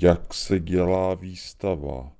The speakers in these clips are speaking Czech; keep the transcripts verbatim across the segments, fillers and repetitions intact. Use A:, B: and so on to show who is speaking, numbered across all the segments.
A: Jak se dělá výstava?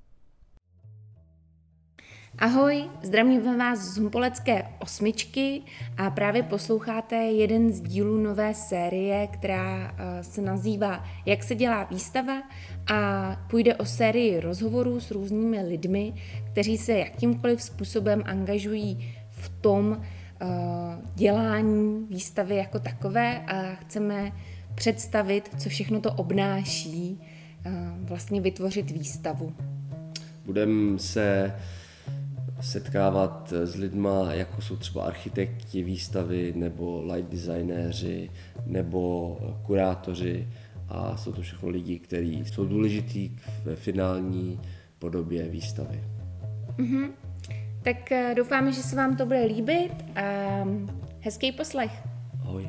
B: Ahoj, zdravím vás z Humpolecké osmičky a právě posloucháte jeden z dílů nové série, která se nazývá Jak se dělá výstava a půjde o sérii rozhovorů s různými lidmi, kteří se jakýmkoliv způsobem angažují v tom dělání výstavy jako takové a chceme představit, co všechno to obnáší, vlastně vytvořit výstavu.
C: Budeme se setkávat s lidma, jako jsou třeba architekti výstavy, nebo light designéři, nebo kurátoři a jsou to všechno lidi, kteří jsou důležitý ve finální podobě výstavy.
B: Mm-hmm. Tak doufáme, že se vám to bude líbit a hezký poslech.
C: Ahoj.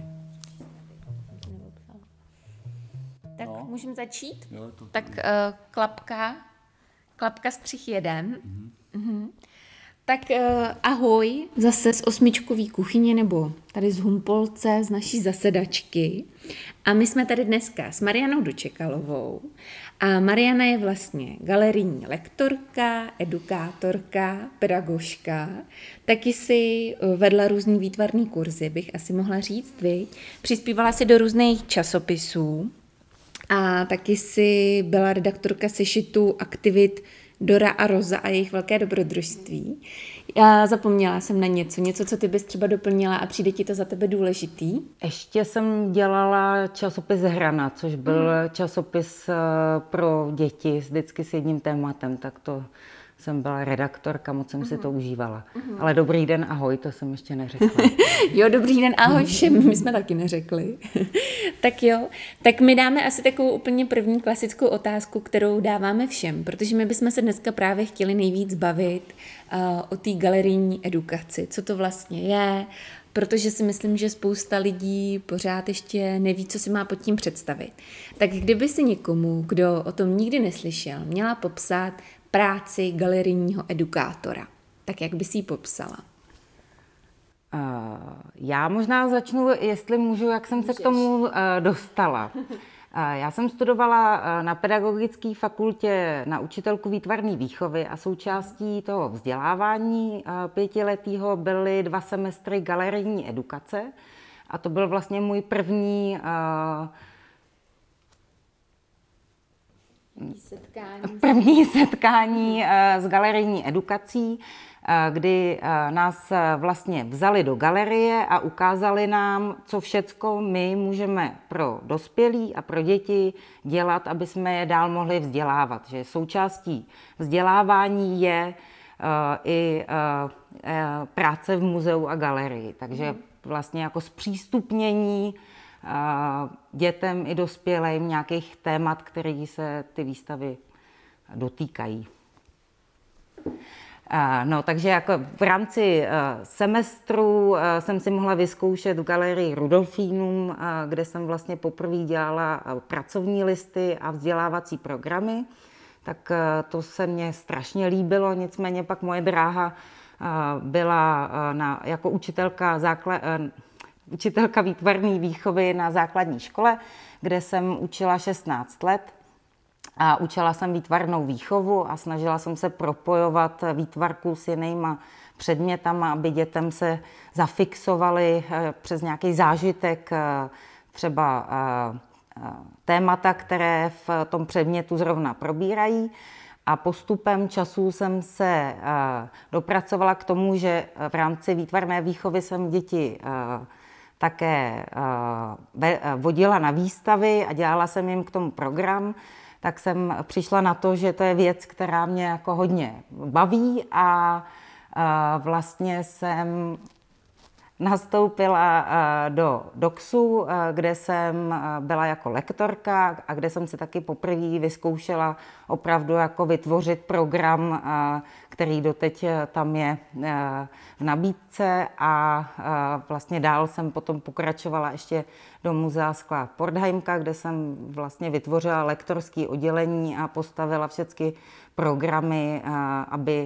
B: Tak no. Můžeme začít?
C: Jo, to...
B: Tak uh, klapka, klapka střih jeden. Mm-hmm. Mm-hmm. Tak uh, ahoj, zase z osmičkový kuchyně nebo tady z Humpolce, z naší zasedačky. A my jsme tady dneska s Marianou Dočekalovou. A Mariana je vlastně galerijní lektorka, edukátorka, pedagožka. Taky si vedla různý výtvarný kurzy, bych asi mohla říct, viď? Přispívala si do různých časopisů a taky si byla redaktorka sešitu aktivit Dora a Roza a jejich velké dobrodružství. Já zapomněla jsem na něco, něco, co ty bys třeba doplnila a přijde ti to za tebe důležitý?
D: Ještě jsem dělala časopis Hrana, což byl mm. časopis pro děti vždycky s jedním tématem, tak to jsem byla redaktorka, moc jsem mm. si to užívala. Mm. Ale dobrý den, ahoj, to jsem ještě neřekla.
B: Jo, dobrý den, ahoj všem, my jsme taky neřekli. Tak jo, tak my dáme asi takovou úplně první klasickou otázku, kterou dáváme všem, protože my bychom se dneska právě chtěli nejvíc bavit uh, o té galerijní edukaci, co to vlastně je, protože si myslím, že spousta lidí pořád ještě neví, co si má pod tím představit. Tak kdyby si někomu, kdo o tom nikdy neslyšel, měla popsat práci galerijního edukátora, tak jak by si ji popsala?
D: Já možná začnu, jestli můžu, jak jsem Můžeš. se k tomu dostala. Já jsem studovala na pedagogické fakultě na učitelku výtvarné výchovy a součástí toho vzdělávání pětiletého byly dva semestry galerijní edukace a to byl vlastně můj první
B: setkání,
D: první setkání s galerijní edukací, kdy nás vlastně vzali do galerie a ukázali nám, co všecko my můžeme pro dospělí a pro děti dělat, aby jsme je dál mohli vzdělávat. Že součástí vzdělávání je i práce v muzeu a galerii. Takže vlastně jako zpřístupnění dětem i dospělým nějakých témat, které se ty výstavy dotýkají. No, takže jako v rámci semestru jsem si mohla vyzkoušet v galerii Rudolfínum, kde jsem vlastně poprvé dělala pracovní listy a vzdělávací programy. Tak to se mně strašně líbilo, nicméně pak moje dráha byla na, jako učitelka základ, učitelka výtvarné výchovy na základní škole, kde jsem učila šestnáct let. A učila jsem výtvarnou výchovu a snažila jsem se propojovat výtvarku s jinýma předmětama, aby dětem se zafixovaly přes nějaký zážitek třeba témata, které v tom předmětu zrovna probírají. A postupem času jsem se dopracovala k tomu, že v rámci výtvarné výchovy jsem děti také vodila na výstavy a dělala jsem jim k tomu program. Tak jsem přišla na to, že to je věc, která mě jako hodně baví a vlastně jsem nastoupila do DOXu, kde jsem byla jako lektorka a kde jsem si taky poprvé vyzkoušela opravdu jako vytvořit program, který doteď tam je v nabídce a vlastně dál jsem potom pokračovala ještě do muzea skla Portheimka, kde jsem vlastně vytvořila lektorské oddělení a postavila všechny programy, aby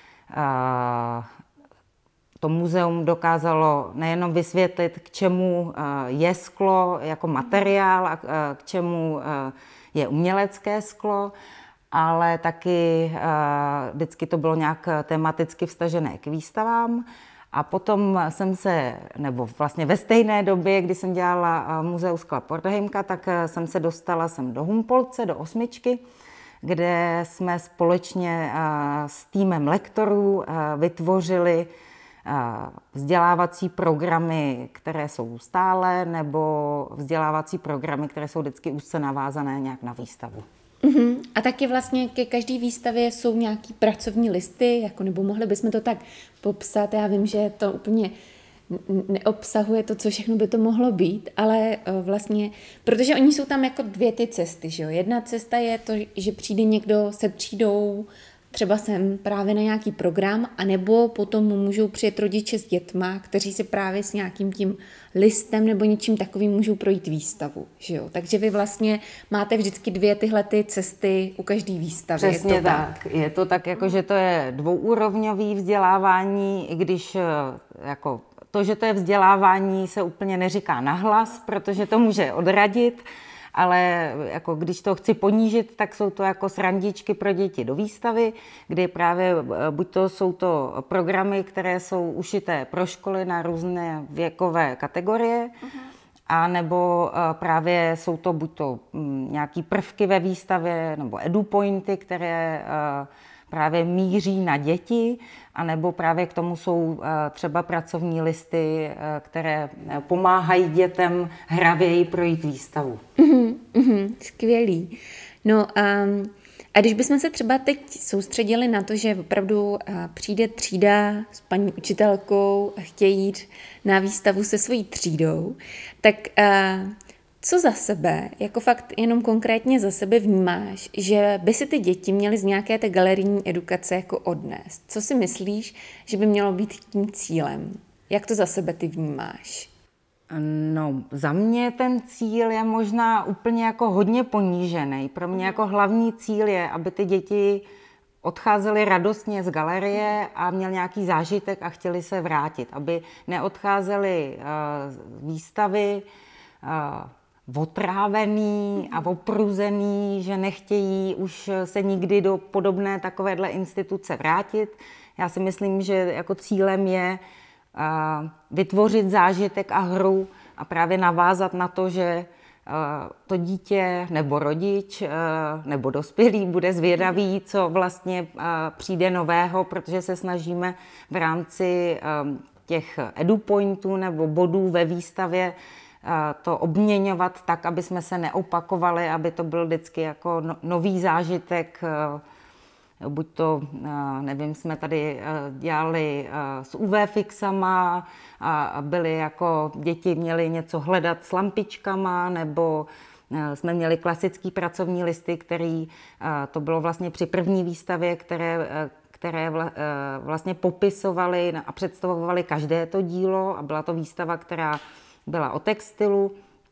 D: to muzeum dokázalo nejenom vysvětlit, k čemu je sklo jako materiál a k čemu je umělecké sklo, ale taky vždycky to bylo nějak tematicky vztažené k výstavám. A potom jsem se, nebo vlastně ve stejné době, kdy jsem dělala Muzeum skla Pordheimka, tak jsem se dostala sem do Humpolce, do osmičky, kde jsme společně s týmem lektorů vytvořili vzdělávací programy, které jsou stále, nebo vzdělávací programy, které jsou vždycky úzce navázané nějak na výstavu.
B: Uhum. A taky vlastně ke každé výstavě jsou nějaký pracovní listy, jako, nebo mohli bychom to tak popsat. Já vím, že to úplně neobsahuje to, co všechno by to mohlo být, ale vlastně, protože oni jsou tam jako dvě ty cesty, že jo. Jedna cesta je to, že přijde někdo se třídou třeba sem právě na nějaký program, anebo potom můžou přijet rodiče s dětma, kteří se právě s nějakým tím listem nebo něčím takovým můžou projít výstavu. Že jo? Takže vy vlastně máte vždycky dvě tyhle ty cesty u každé výstavy.
D: Přesně je to tak. tak. Je to tak, jako, že to je dvouúrovňový vzdělávání, i když jako, to, že to je vzdělávání, se úplně neříká nahlas, protože to může odradit, ale jako když to chci ponížit, tak jsou to jako srandičky pro děti do výstavy, kdy právě buď to jsou to programy, které jsou ušité pro školy na různé věkové kategorie, uh-huh. a nebo právě jsou to buď to nějaký prvky ve výstavě, nebo edupointy, které právě míří na děti, anebo právě k tomu jsou třeba pracovní listy, které pomáhají dětem hravěji projít výstavu.
B: Uhum, uhum, skvělý. No um, a když bychom se třeba teď soustředili na to, že opravdu uh, přijde třída s paní učitelkou a chtějí jít na výstavu se svojí třídou, tak uh, co za sebe, jako fakt jenom konkrétně za sebe vnímáš, že by si ty děti měly z nějaké té galerijní edukace jako odnést? Co si myslíš, že by mělo být tím cílem? Jak to za sebe ty vnímáš?
D: No, za mě ten cíl je možná úplně jako hodně ponížený. Pro mě jako hlavní cíl je, aby ty děti odcházely radostně z galerie a měl nějaký zážitek a chtěli se vrátit. Aby neodcházeli z uh, výstavy uh, otrávený a opruzený, že nechtějí už se nikdy do podobné takovéhle instituce vrátit. Já si myslím, že jako cílem je vytvořit zážitek a hru a právě navázat na to, že to dítě nebo rodič nebo dospělý bude zvědavý, co vlastně přijde nového, protože se snažíme v rámci těch edupointů nebo bodů ve výstavě to obměňovat tak, aby jsme se neopakovali, aby to byl vždycky jako nový zážitek. Buď to, nevím, jsme tady dělali s ú vé fixama a byli jako děti měli něco hledat s lampičkama, nebo jsme měli klasický pracovní listy, který to bylo vlastně při první výstavě, které, které vlastně popisovaly a představovaly každé to dílo a byla to výstava, která byla o textilu.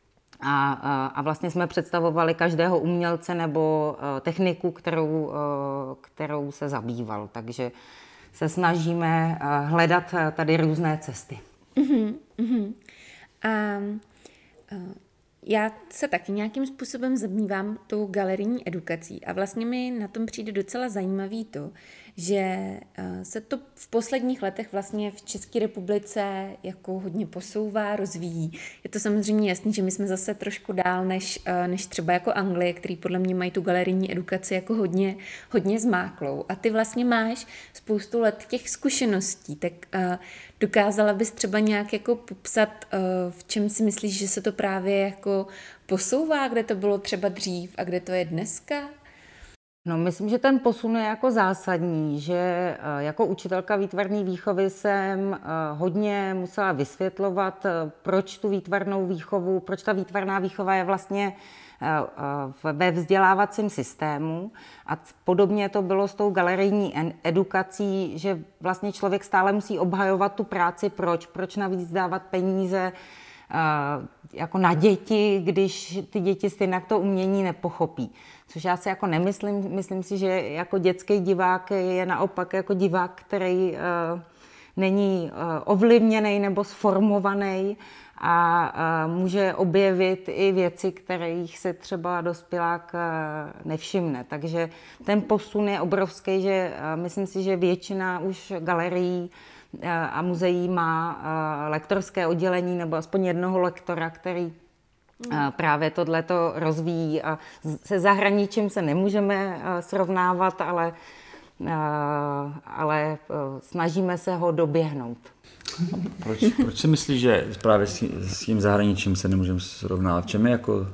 D: A, a vlastně jsme představovali každého umělce nebo techniku, kterou, kterou se zabýval. Takže se snažíme hledat tady různé cesty.
B: Uh-huh, uh-huh. A uh, já se taky nějakým způsobem zabývám tou galerijní edukací a vlastně mi na tom přijde docela zajímavý to, že se to v posledních letech vlastně v České republice jako hodně posouvá, rozvíjí. Je to samozřejmě jasný, že my jsme zase trošku dál než, než třeba jako Anglie, který podle mě mají tu galerijní edukaci jako hodně, hodně zmáklou. A ty vlastně máš spoustu let těch zkušeností, tak dokázala bys třeba nějak jako popsat, v čem si myslíš, že se to právě jako posouvá, kde to bylo třeba dřív a kde to je dneska?
D: No, myslím, že ten posun je jako zásadní, že jako učitelka výtvarné výchovy jsem hodně musela vysvětlovat, proč tu výtvarnou výchovu, proč ta výtvarná výchova je vlastně ve vzdělávacím systému. A podobně to bylo s tou galerijní edukací, že vlastně člověk stále musí obhajovat tu práci, proč, proč navíc dávat peníze jako na děti, když ty děti stejně to umění nepochopí. Což já si jako nemyslím, myslím si, že jako dětský divák je naopak jako divák, který není ovlivněný nebo sformovaný a může objevit i věci, kterých se třeba dospělák nevšimne. Takže ten posun je obrovský, že myslím si, že většina už galerií a muzeí má lektorské oddělení nebo aspoň jednoho lektora, který právě tohleto rozvíjí. A se zahraničím se nemůžeme srovnávat, ale, ale snažíme se ho doběhnout.
E: Proč, proč si myslíš, že právě s, s tím zahraničím se nemůžeme srovnávat? V čem je jako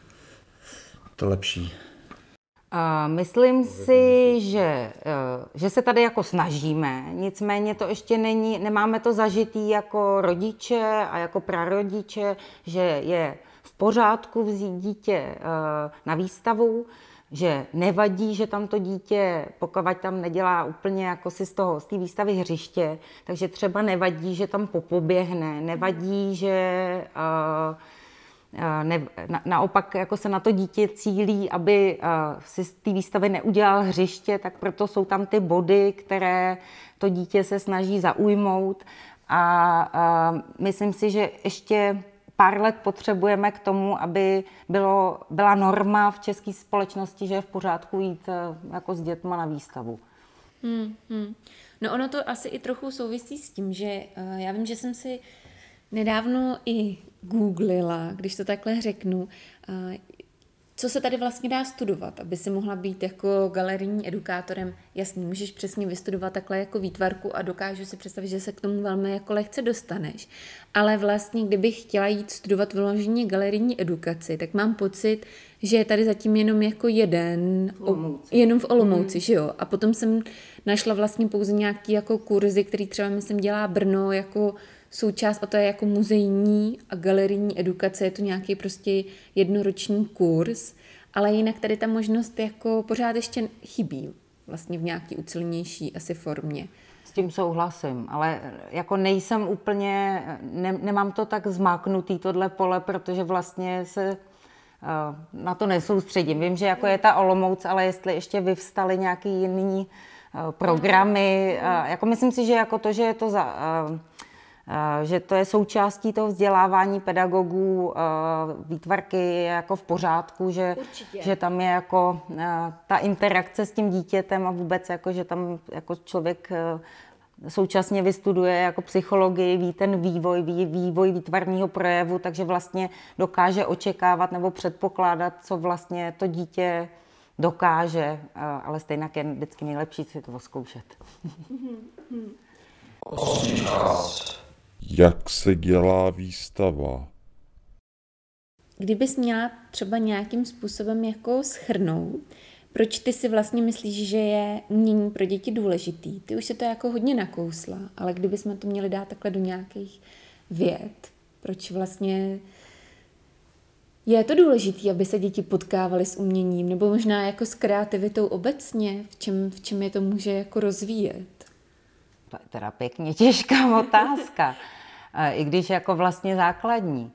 E: to lepší?
D: Uh, myslím si, že, uh, že se tady jako snažíme, nicméně to ještě není, nemáme to zažitý jako rodiče a jako prarodiče, že je v pořádku vzít dítě uh, na výstavu, že nevadí, že tam to dítě, pokud tam nedělá úplně jako si z toho, z té výstavy hřiště, takže třeba nevadí, že tam popoběhne, nevadí, že uh, Ne, na, naopak jako se na to dítě cílí, aby uh, si z té výstavy neudělal hřiště, tak proto jsou tam ty body, které to dítě se snaží zaujmout a uh, myslím si, že ještě pár let potřebujeme k tomu, aby bylo, byla norma v české společnosti, že je v pořádku jít uh, jako s dětma na výstavu.
B: Hmm, hmm. No ono to asi i trochu souvisí s tím, že uh, já vím, že jsem si nedávno i googlila, když to takhle řeknu, co se tady vlastně dá studovat, aby si mohla být jako galerijní edukátorem. Jasný, můžeš přesně vystudovat takhle jako výtvarku a dokážu si představit, že se k tomu velmi jako lehce dostaneš. Ale vlastně, kdybych chtěla jít studovat vyloženě galerijní edukaci, tak mám pocit, že je tady zatím jenom jako jeden,
D: v
B: jenom v Olomouci, mm. že jo. A potom jsem našla vlastně pouze nějaký jako kurzy, který třeba myslím dělá Brno jako součást, a to je jako muzejní a galerijní edukace, je to nějaký prostě jednoroční kurz, ale jinak tady ta možnost jako pořád ještě chybí vlastně v nějaký ucelenější asi formě.
D: S tím souhlasím, ale jako nejsem úplně, ne, nemám to tak zmáknutý tohle pole, protože vlastně se uh, na to nesoustředím. Vím, že jako je ta Olomouc, ale jestli ještě vyvstaly nějaký jiný uh, programy, uh, jako myslím si, že jako to, že je to za... Uh, že to je součástí toho vzdělávání pedagogů, výtvarky je jako v pořádku, že, že tam je jako ta interakce s tím dítětem a vůbec jako, že tam jako člověk současně vystuduje jako psychologii, ví ten vývoj, ví vývoj výtvarného projevu, takže vlastně dokáže očekávat nebo předpokládat, co vlastně to dítě dokáže, ale stejně je vždycky nejlepší si to zkoušet.
A: Jak se dělá výstava?
B: Kdybys měla třeba nějakým způsobem jako shrnout, proč ty si vlastně myslíš, že je umění pro děti důležitý? Ty už se to jako hodně nakousla, ale kdybychom to měli dát takhle do nějakých vět, proč vlastně je to důležitý, aby se děti potkávaly s uměním, nebo možná jako s kreativitou obecně, v čem, v čem je to může jako rozvíjet?
D: To je teda pěkně těžká otázka, i když jako vlastně základní.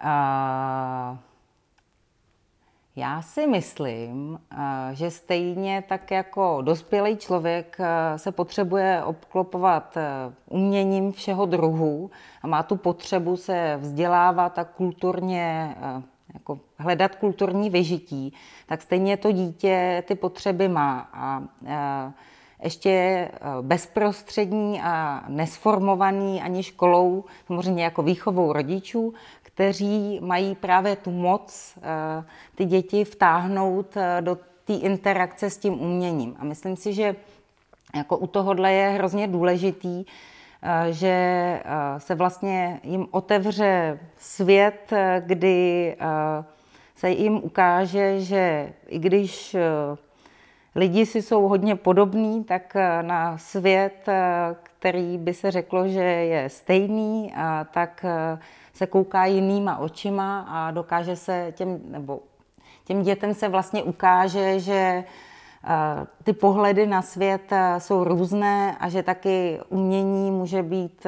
D: Já si myslím, že stejně tak jako dospělý člověk se potřebuje obklopovat uměním všeho druhu a má tu potřebu se vzdělávat a kulturně jako hledat kulturní vyžití, tak stejně to dítě ty potřeby má. A, a ještě bezprostřední a nesformovaný ani školou, samozřejmě jako výchovou rodičů, kteří mají právě tu moc ty děti vtáhnout do té interakce s tím uměním. A myslím si, že jako u tohohle je hrozně důležitý, že se vlastně jim otevře svět, kdy se jim ukáže, že i když lidi si jsou hodně podobní, tak na svět, který by se řeklo, že je stejný, tak se kouká jinýma očima a dokáže se těm, nebo těm dětem se vlastně ukáže, že ty pohledy na svět jsou různé a že taky umění může být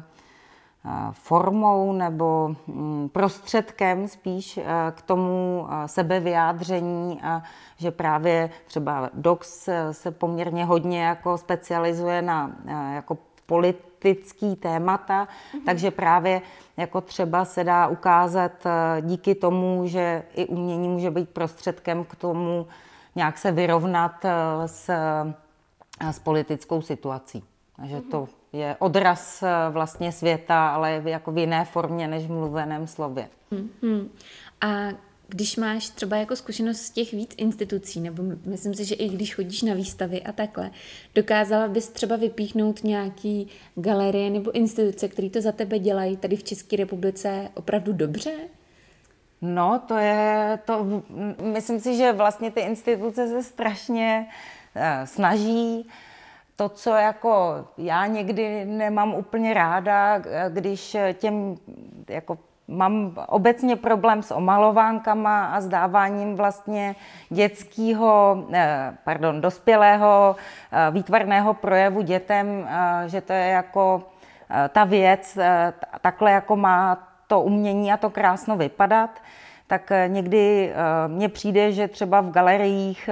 D: formou nebo prostředkem spíš k tomu sebevyjádření a že právě třeba D O X se poměrně hodně jako specializuje na jako politický témata, mm-hmm. takže právě jako třeba se dá ukázat díky tomu, že i umění může být prostředkem k tomu nějak se vyrovnat s, s politickou situací. Takže to je odraz vlastně světa, ale jako v jiné formě než v mluveném slově.
B: Mm-hmm. A když máš třeba jako zkušenost z těch víc institucí, nebo myslím si, že i když chodíš na výstavy a takhle, dokázala bys třeba vypíchnout nějaký galerie nebo instituce, které to za tebe dělají tady v České republice opravdu dobře?
D: No, to je, to, myslím si, že vlastně ty instituce se strašně uh, snaží. To, co jako já někdy nemám úplně ráda, když těm jako mám obecně problém s omalovánkama a s dáváním vlastně dětského, pardon, dospělého výtvarného projevu dětem, že to je jako ta věc, takhle jako má to umění a to krásno vypadat, tak někdy mně přijde, že třeba v galeriích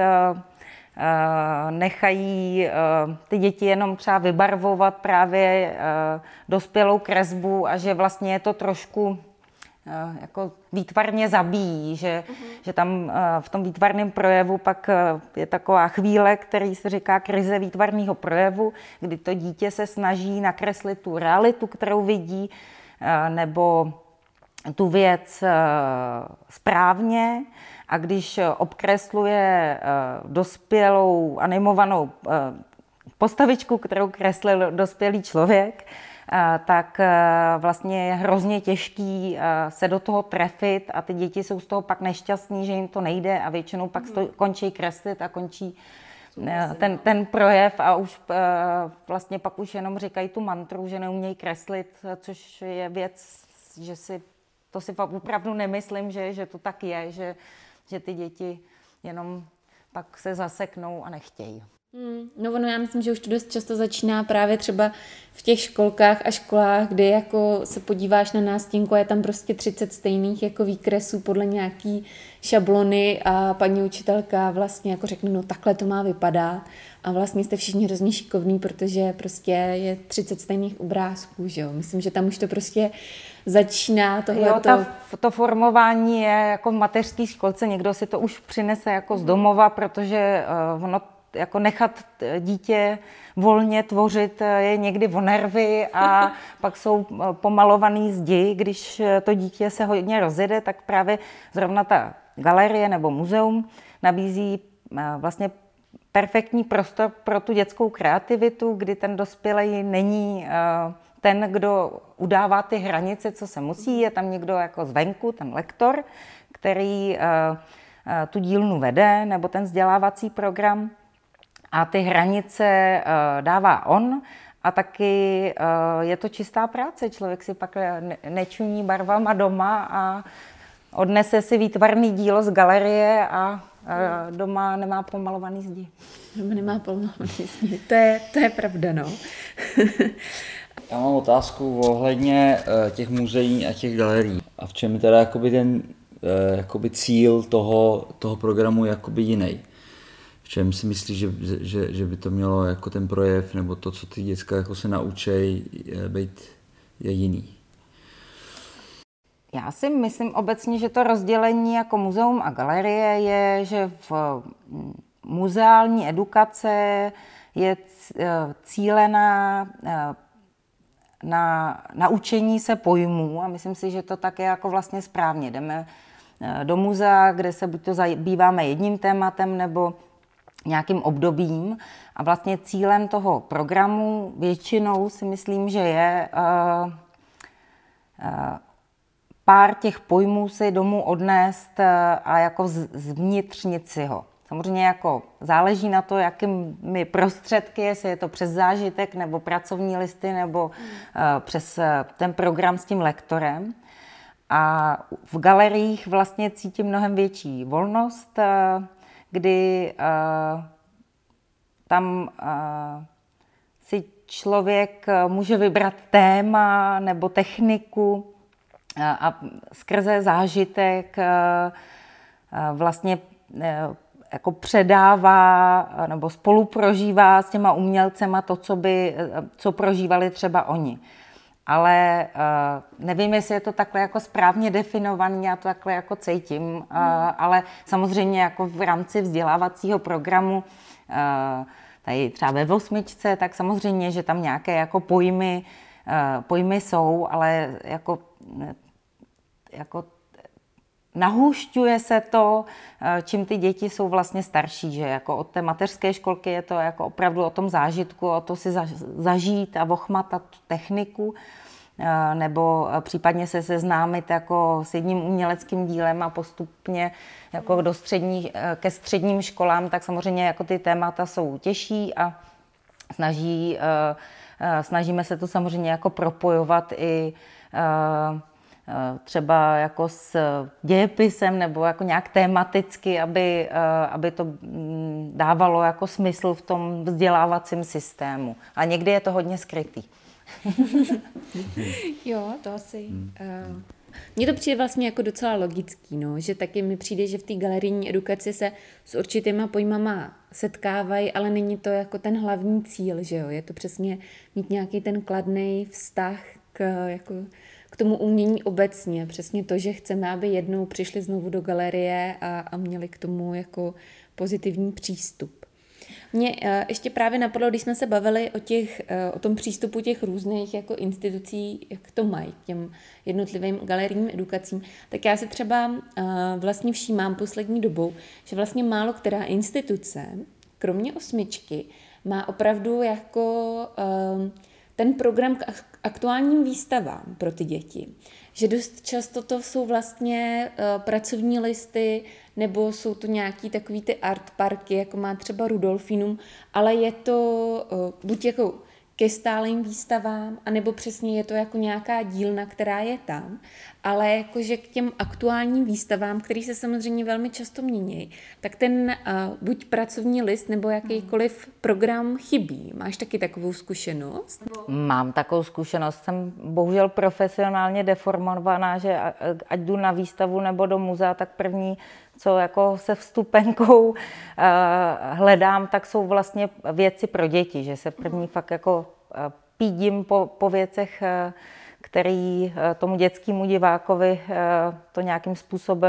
D: nechají ty děti jenom třeba vybarvovat právě dospělou kresbu a že vlastně je to trošku jako výtvarně zabíjí, že, uh-huh. že tam v tom výtvarném projevu pak je taková chvíle, který se říká krize výtvarného projevu, kdy to dítě se snaží nakreslit tu realitu, kterou vidí, nebo tu věc správně, a když obkresluje dospělou animovanou postavičku, kterou kreslil dospělý člověk, tak vlastně je hrozně těžký se do toho trefit a ty děti jsou z toho pak nešťastní, že jim to nejde a většinou pak stoj, končí kreslit a končí ten, ten projev a už vlastně pak už jenom říkají tu mantru, že neumějí kreslit, což je věc, že si to si opravdu nemyslím, že, že to tak je, že, že ty děti jenom pak se zaseknou a nechtějí.
B: Hmm, no ono, já myslím, že už to dost často začíná právě třeba v těch školkách a školách, kde jako se podíváš na nástěnku a je tam prostě třicet stejných jako výkresů podle nějaký šablony a paní učitelka vlastně jako řekne, no takhle to má vypadat a vlastně jste všichni hrozně šikovní, protože prostě je třicet stejných obrázků, že jo. Myslím, že tam už to prostě začíná tohleto.
D: Jo, ta, to formování je jako v mateřské školce, někdo si to už přinese jako z domova, protože uh, ono jako nechat dítě volně tvořit je někdy o nervy a pak jsou pomalovaný zdi, když to dítě se hodně rozjede, tak právě zrovna ta galerie nebo muzeum nabízí vlastně perfektní prostor pro tu dětskou kreativitu, kdy ten dospělý není ten, kdo udává ty hranice, co se musí, je tam někdo jako zvenku, ten lektor, který tu dílnu vede, nebo ten vzdělávací program. A ty hranice uh, dává on a taky uh, je to čistá práce. Člověk si pak ne- nečuní barvama doma a odnese si výtvarný dílo z galerie a uh, doma nemá pomalovaný zdi.
B: Doma nemá pomalovaný zdi, to je, to je pravda, no.
E: Já mám otázku ohledně uh, těch muzeí a těch galerií. A v čem je teda jakoby ten uh, jakoby cíl toho, toho programu jakoby jiný? V čem si myslíš, že, že, že by to mělo jako ten projev nebo to, co ty děcka jako se naučí, být je jiný?
D: Já si myslím obecně, že to rozdělení jako muzeum a galerie je, že v muzeální edukace je cílená na naučení se pojmů a myslím si, že to tak je jako vlastně správně. Jdeme do muzea, kde se buď to zabýváme jedním tématem nebo nějakým obdobím a vlastně cílem toho programu většinou si myslím, že je uh, uh, pár těch pojmů si domů odnést uh, a jako zvnitřnit si ho. Samozřejmě jako záleží na to, jakými prostředky, jestli je to přes zážitek nebo pracovní listy nebo uh, přes uh, ten program s tím lektorem. A v galeriích vlastně cítím mnohem větší volnost, uh, kdy uh, tam uh, si člověk může vybrat téma nebo techniku uh, a skrze zážitek uh, uh, vlastně uh, jako předává nebo spoluprožívá s těma umělcema to, co by, co prožívali třeba oni. Ale uh, nevím, jestli je to takhle jako správně definovaný, já to takhle jako cítím, uh, ale samozřejmě jako v rámci vzdělávacího programu, uh, tady třeba ve osmičce, tak samozřejmě, že tam nějaké jako pojmy, uh, pojmy jsou, ale jako, jako nahušťuje se to, čím ty děti jsou vlastně starší, že jako od té mateřské školky je to jako opravdu o tom zážitku, o to si zažít a ochmatat tu techniku, nebo případně se seznámit jako s jedním uměleckým dílem a postupně jako do střední, ke středním školám, tak samozřejmě jako ty témata jsou těžší a snaží, snažíme se to samozřejmě jako propojovat i třeba jako s dějepisem nebo jako nějak tematicky, aby, aby to dávalo jako smysl v tom vzdělávacím systému. A někdy je to hodně skrytý.
B: Jo, to asi... Uh, mně to přijde vlastně jako docela logický, no, že taky mi přijde, že v té galerijní edukaci se s určitýma pojmama setkávají, ale není to jako ten hlavní cíl, že jo, je to přesně mít nějaký ten kladný vztah k, jako, k tomu umění obecně, přesně to, že chceme, aby jednou přišli znovu do galerie a, a měli k tomu jako pozitivní přístup. Mě uh, ještě právě napadlo, když jsme se bavili o, těch, uh, o tom přístupu těch různých jako institucí, jak to mají k těm jednotlivým galerijním edukacím, tak já si třeba uh, vlastně všímám poslední dobou, že vlastně málo která instituce, kromě osmičky, má opravdu jako uh, ten program k aktuálním výstavám pro ty děti. Že dost často to jsou vlastně uh, pracovní listy, nebo jsou to nějaký takový ty art parky, jako má třeba Rudolfinum, ale je to uh, buď jako ke stálým výstavám, anebo přesně je to jako nějaká dílna, která je tam, ale jakože k těm aktuálním výstavám, které se samozřejmě velmi často mění, tak ten uh, buď pracovní list nebo jakýkoliv program chybí. Máš taky takovou zkušenost?
D: Mám takovou zkušenost. Jsem bohužel profesionálně deformovaná, že ať jdu na výstavu nebo do muzea, tak první, co jako se vstupenkou uh, hledám, tak jsou vlastně věci pro děti, že se první fakt jako uh, pídím po, po věcech, uh, který uh, tomu dětskému divákovi uh, to nějakým způsobem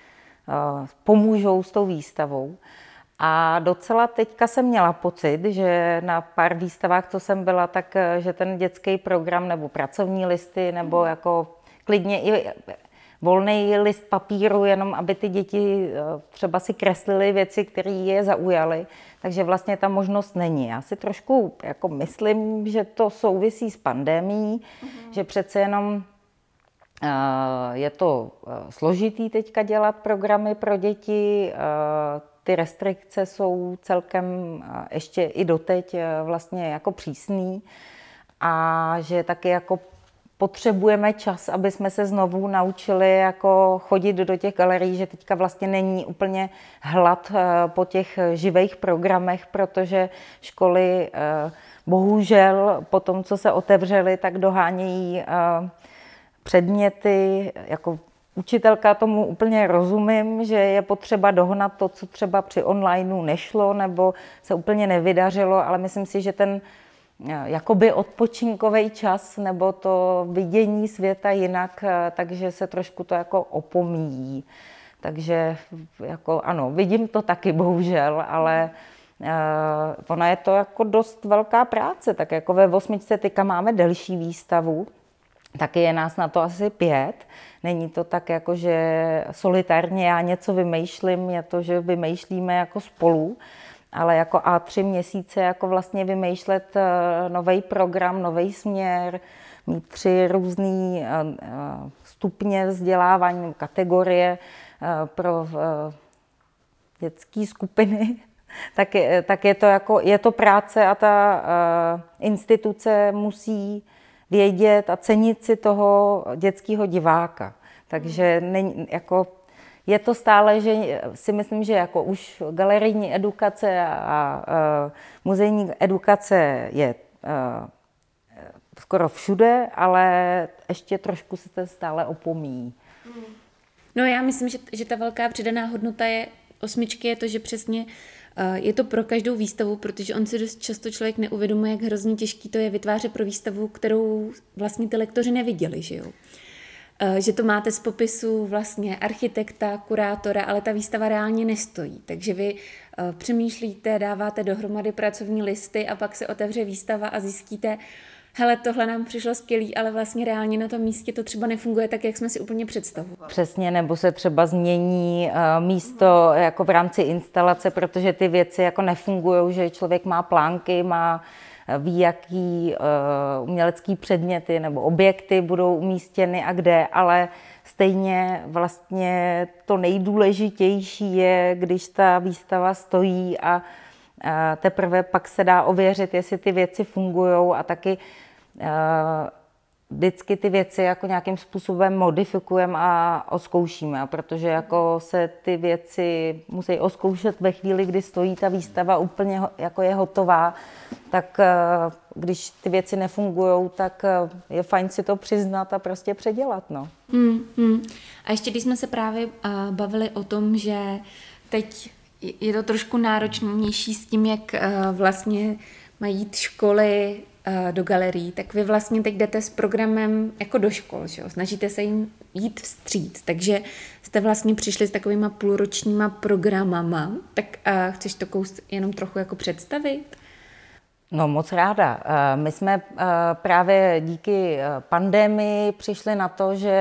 D: uh, pomůžou s tou výstavou. A docela teďka jsem měla pocit, že na pár výstavách, co jsem byla, tak že ten dětský program nebo pracovní listy nebo jako klidně i volný list papíru, jenom aby ty děti třeba si kreslily věci, které je zaujaly. Takže vlastně ta možnost není. Já si trošku jako myslím, že to souvisí s pandemií, mm-hmm. že přece jenom je to složitý teďka dělat programy pro děti. Ty restrikce jsou celkem ještě i doteď vlastně jako přísný a že taky jako potřebujeme čas, aby jsme se znovu naučili jako chodit do těch galerií, že teďka vlastně není úplně hlad po těch živých programech, protože školy bohužel po tom, co se otevřely, tak dohánějí předměty, jako učitelka tomu úplně rozumím, že je potřeba dohnat to, co třeba při onlineu nešlo nebo se úplně nevydařilo, ale myslím si, že ten jakoby odpočinkový čas nebo to vidění světa jinak, takže se trošku to jako opomíjí. Takže jako ano, vidím to taky bohužel, ale uh, ona je to jako dost velká práce, tak jako ve osmičce teďka máme delší výstavu, taky je nás na to asi pět. Není to tak jako, že solitárně já něco vymýšlím, je to, že vymýšlíme jako spolu, ale jako a tři měsíce jako vlastně vymýšlet nový program, nový směr, mít tři různé stupně vzdělávání, kategorie pro dětské skupiny, tak je, tak je to jako, je to práce a ta instituce musí vědět a cenit si toho dětského diváka. Takže není, jako, je to stále, že si myslím, že jako už galerijní edukace a, a muzejní edukace je a, skoro všude, ale ještě trošku se to stále opomíjí.
B: No já myslím, že, že ta velká přidaná hodnota je osmičky je to, že přesně je to pro každou výstavu, protože on si dost často člověk neuvědomuje, jak hrozně těžký to je vytvářet pro výstavu, kterou vlastně ty lektoři neviděli, že jo. Že to máte z popisu vlastně architekta, kurátora, ale ta výstava reálně nestojí. Takže vy přemýšlíte, dáváte dohromady pracovní listy a pak se otevře výstava a zjistíte, hele, tohle nám přišlo skvělý, ale vlastně reálně na tom místě to třeba nefunguje tak, jak jsme si úplně představovali.
D: Přesně, nebo se třeba změní uh, místo jako v rámci instalace, protože ty věci jako nefungují, že člověk má plánky, má ví, jaký uh, umělecký předměty nebo objekty budou umístěny a kde, ale stejně vlastně to nejdůležitější je, když ta výstava stojí a teprve pak se dá ověřit, jestli ty věci fungují a taky uh, vždycky ty věci jako nějakým způsobem modifikujeme a oskoušíme, a protože jako se ty věci musí oskoušet ve chvíli, kdy stojí ta výstava úplně jako je hotová, tak uh, když ty věci nefungují, tak uh, je fajn si to přiznat a prostě předělat. No.
B: Hmm, hmm. A ještě když jsme se právě uh, bavili o tom, že teď je to trošku náročnější s tím, jak uh, vlastně mají jít školy uh, do galerií, tak vy vlastně teď jdete s programem jako do škol, že jo? Snažíte se jim jít vstříc, takže jste vlastně přišli s takovýma půlročníma programama, tak uh, chceš to kous jenom trochu jako představit?
D: No moc ráda. My jsme právě díky pandemii přišli na to, že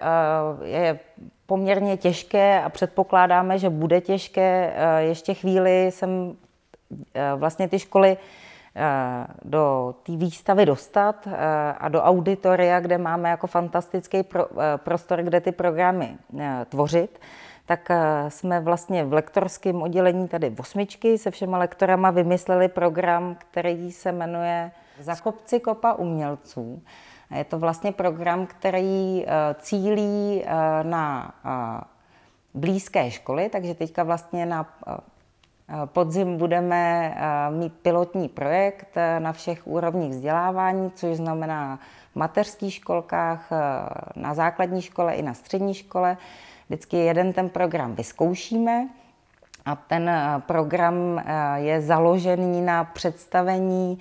D: je poměrně těžké a předpokládáme, že bude těžké ještě chvíli sem vlastně ty školy do té výstavy dostat a do auditoria, kde máme jako fantastický prostor, kde ty programy tvořit. Tak jsme vlastně v lektorském oddělení tady v osmičky se všema lektorama vymysleli program, který se jmenuje Za kopci kopa umělců. Je to vlastně program, který cílí na blízké školy, takže teďka vlastně na podzim budeme mít pilotní projekt na všech úrovních vzdělávání, což znamená v mateřských školkách, na základní škole i na střední škole. Vždycky jeden ten program vyzkoušíme a ten program je založený na představení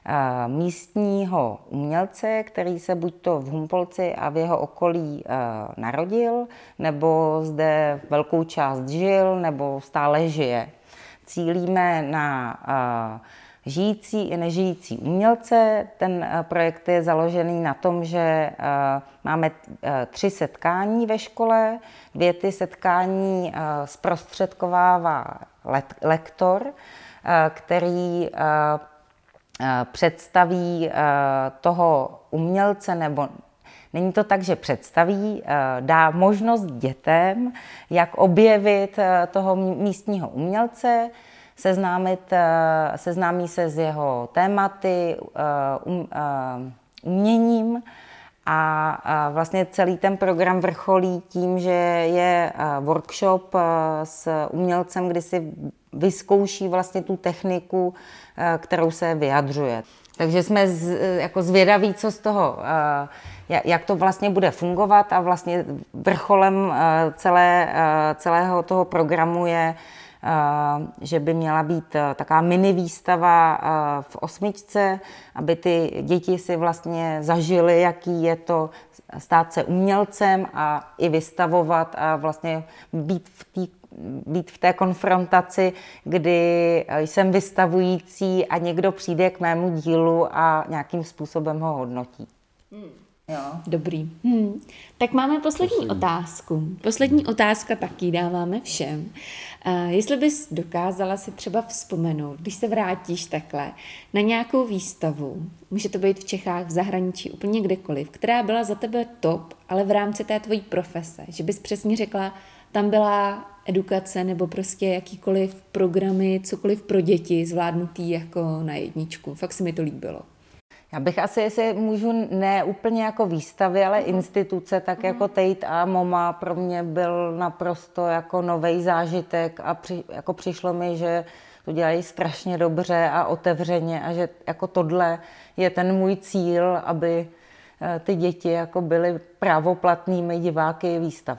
D: místního umělce, který se buď to v Humpolci a v jeho okolí narodil, nebo zde velkou část žil, nebo stále žije. Cílíme na žijící i nežijící umělce. Ten projekt je založený na tom, že máme tři setkání ve škole. Dvě ty setkání zprostředkovává lektor, který představí toho umělce, nebo není to tak, že představí, dá možnost dětem, jak objevit toho místního umělce, seznámit, seznámí se s jeho tématy, um, uměním a vlastně celý ten program vrcholí tím, že je workshop s umělcem, kdy si vyzkouší vlastně tu techniku, kterou se vyjadřuje. Takže jsme z, jako zvědaví, co z toho, jak to vlastně bude fungovat, a vlastně vrcholem celé, celého toho programu je, že by měla být taková mini výstava v osmičce, aby ty děti si vlastně zažily, jaký je to stát se umělcem a i vystavovat a vlastně být v té být v té konfrontaci, kdy jsem vystavující a někdo přijde k mému dílu a nějakým způsobem ho hodnotí.
B: Hmm. Jo. Dobrý. Hmm. Tak máme poslední, poslední otázku. Poslední otázka taky dáváme všem. Uh, jestli bys dokázala si třeba vzpomenout, když se vrátíš takhle na nějakou výstavu, může to být v Čechách, v zahraničí, úplně kdekoliv, která byla za tebe top, ale v rámci té tvojí profese, že bys přesně řekla, tam byla edukace nebo prostě jakýkoliv programy, cokoliv pro děti zvládnutý jako na jedničku. Fakt se mi to líbilo.
D: Já bych asi, jestli můžu, ne úplně jako výstavy, ale instituce, tak mm. jako Tate a MoMA pro mě byl naprosto jako nový zážitek a při, jako přišlo mi, že to dělají strašně dobře a otevřeně a že jako tohle je ten můj cíl, aby ty děti jako byly právoplatnými diváky výstav.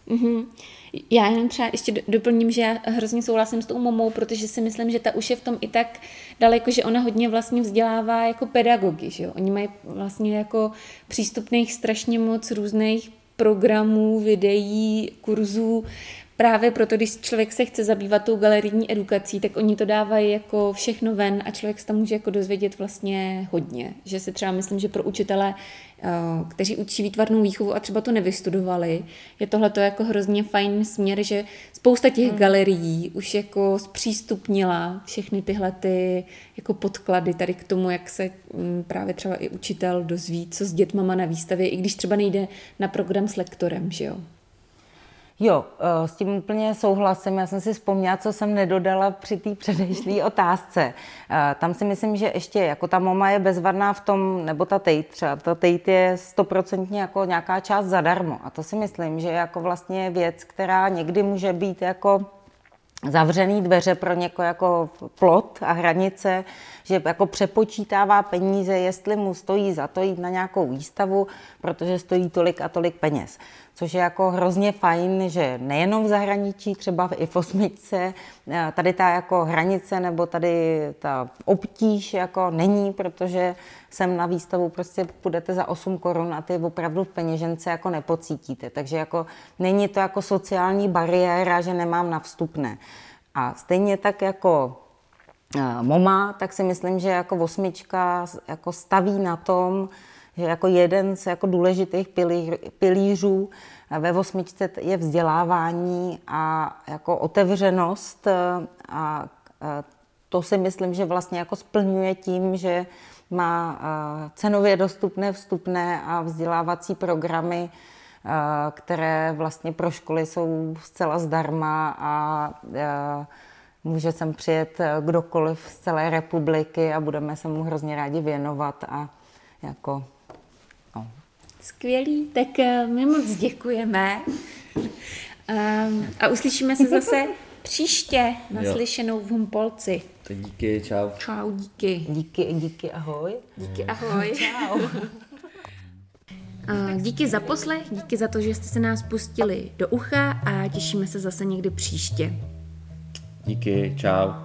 B: Mm-hmm. Já jenom třeba ještě doplním, že já hrozně souhlasím s tou Momou, protože si myslím, že ta už je v tom i tak daleko, že ona hodně vlastně vzdělává jako pedagogy, že jo? Oni mají vlastně jako přístupných strašně moc různých programů, videí, kurzů. Právě proto, když člověk se chce zabývat tou galerijní edukací, tak oni to dávají jako všechno ven a člověk se tam může jako dozvědět vlastně hodně. Že si třeba myslím, že pro učitele, kteří učí výtvarnou výchovu a třeba to nevystudovali, je tohleto jako hrozně fajn směr, že spousta těch mm. galerií už jako zpřístupnila všechny tyhle ty jako podklady tady k tomu, jak se právě třeba i učitel dozví, co s dětma má na výstavě, i když třeba nejde na program s lektorem, že jo?
D: Jo, s tím úplně souhlasím. Já jsem si vzpomněla, co jsem nedodala při té předešlé otázce. Tam si myslím, že ještě jako ta Moma je bezvadná v tom, nebo ta Tate třeba, ta Tate je stoprocentně jako nějaká část zadarmo. A to si myslím, že je jako vlastně věc, která někdy může být jako zavřený dveře pro někoho jako plot a hranice, že jako přepočítává peníze, jestli mu stojí za to jít na nějakou výstavu, protože stojí tolik a tolik peněz. Což je jako hrozně fajn, že nejenom v zahraničí, třeba i v osmičce, tady ta jako hranice nebo tady ta obtíž jako není, protože sem na výstavu prostě půjdete za osm korun a ty opravdu v peněžence jako nepocítíte. Takže jako není to jako sociální bariéra, že nemám na vstupné. A stejně tak jako Moma, tak si myslím, že jako osmička jako staví na tom, že jako jeden z jako důležitých pilíř, pilířů ve osmičce je vzdělávání a jako otevřenost a to si myslím, že vlastně jako splňuje tím, že má cenově dostupné vstupné a vzdělávací programy, které vlastně pro školy jsou zcela zdarma a může sem přijet kdokoliv z celé republiky a budeme se mu hrozně rádi věnovat a jako no.
B: Skvělý, tak my moc děkujeme a uslyšíme se zase příště naslyšenou v Humpolci.
C: Tak díky, čau.
B: Čau, díky.
D: Díky, díky, ahoj.
B: Díky, ahoj.
D: Čau.
B: Díky za poslech, díky za to, že jste se nás pustili do ucha a těšíme se zase někdy příště.
C: Díky, čau.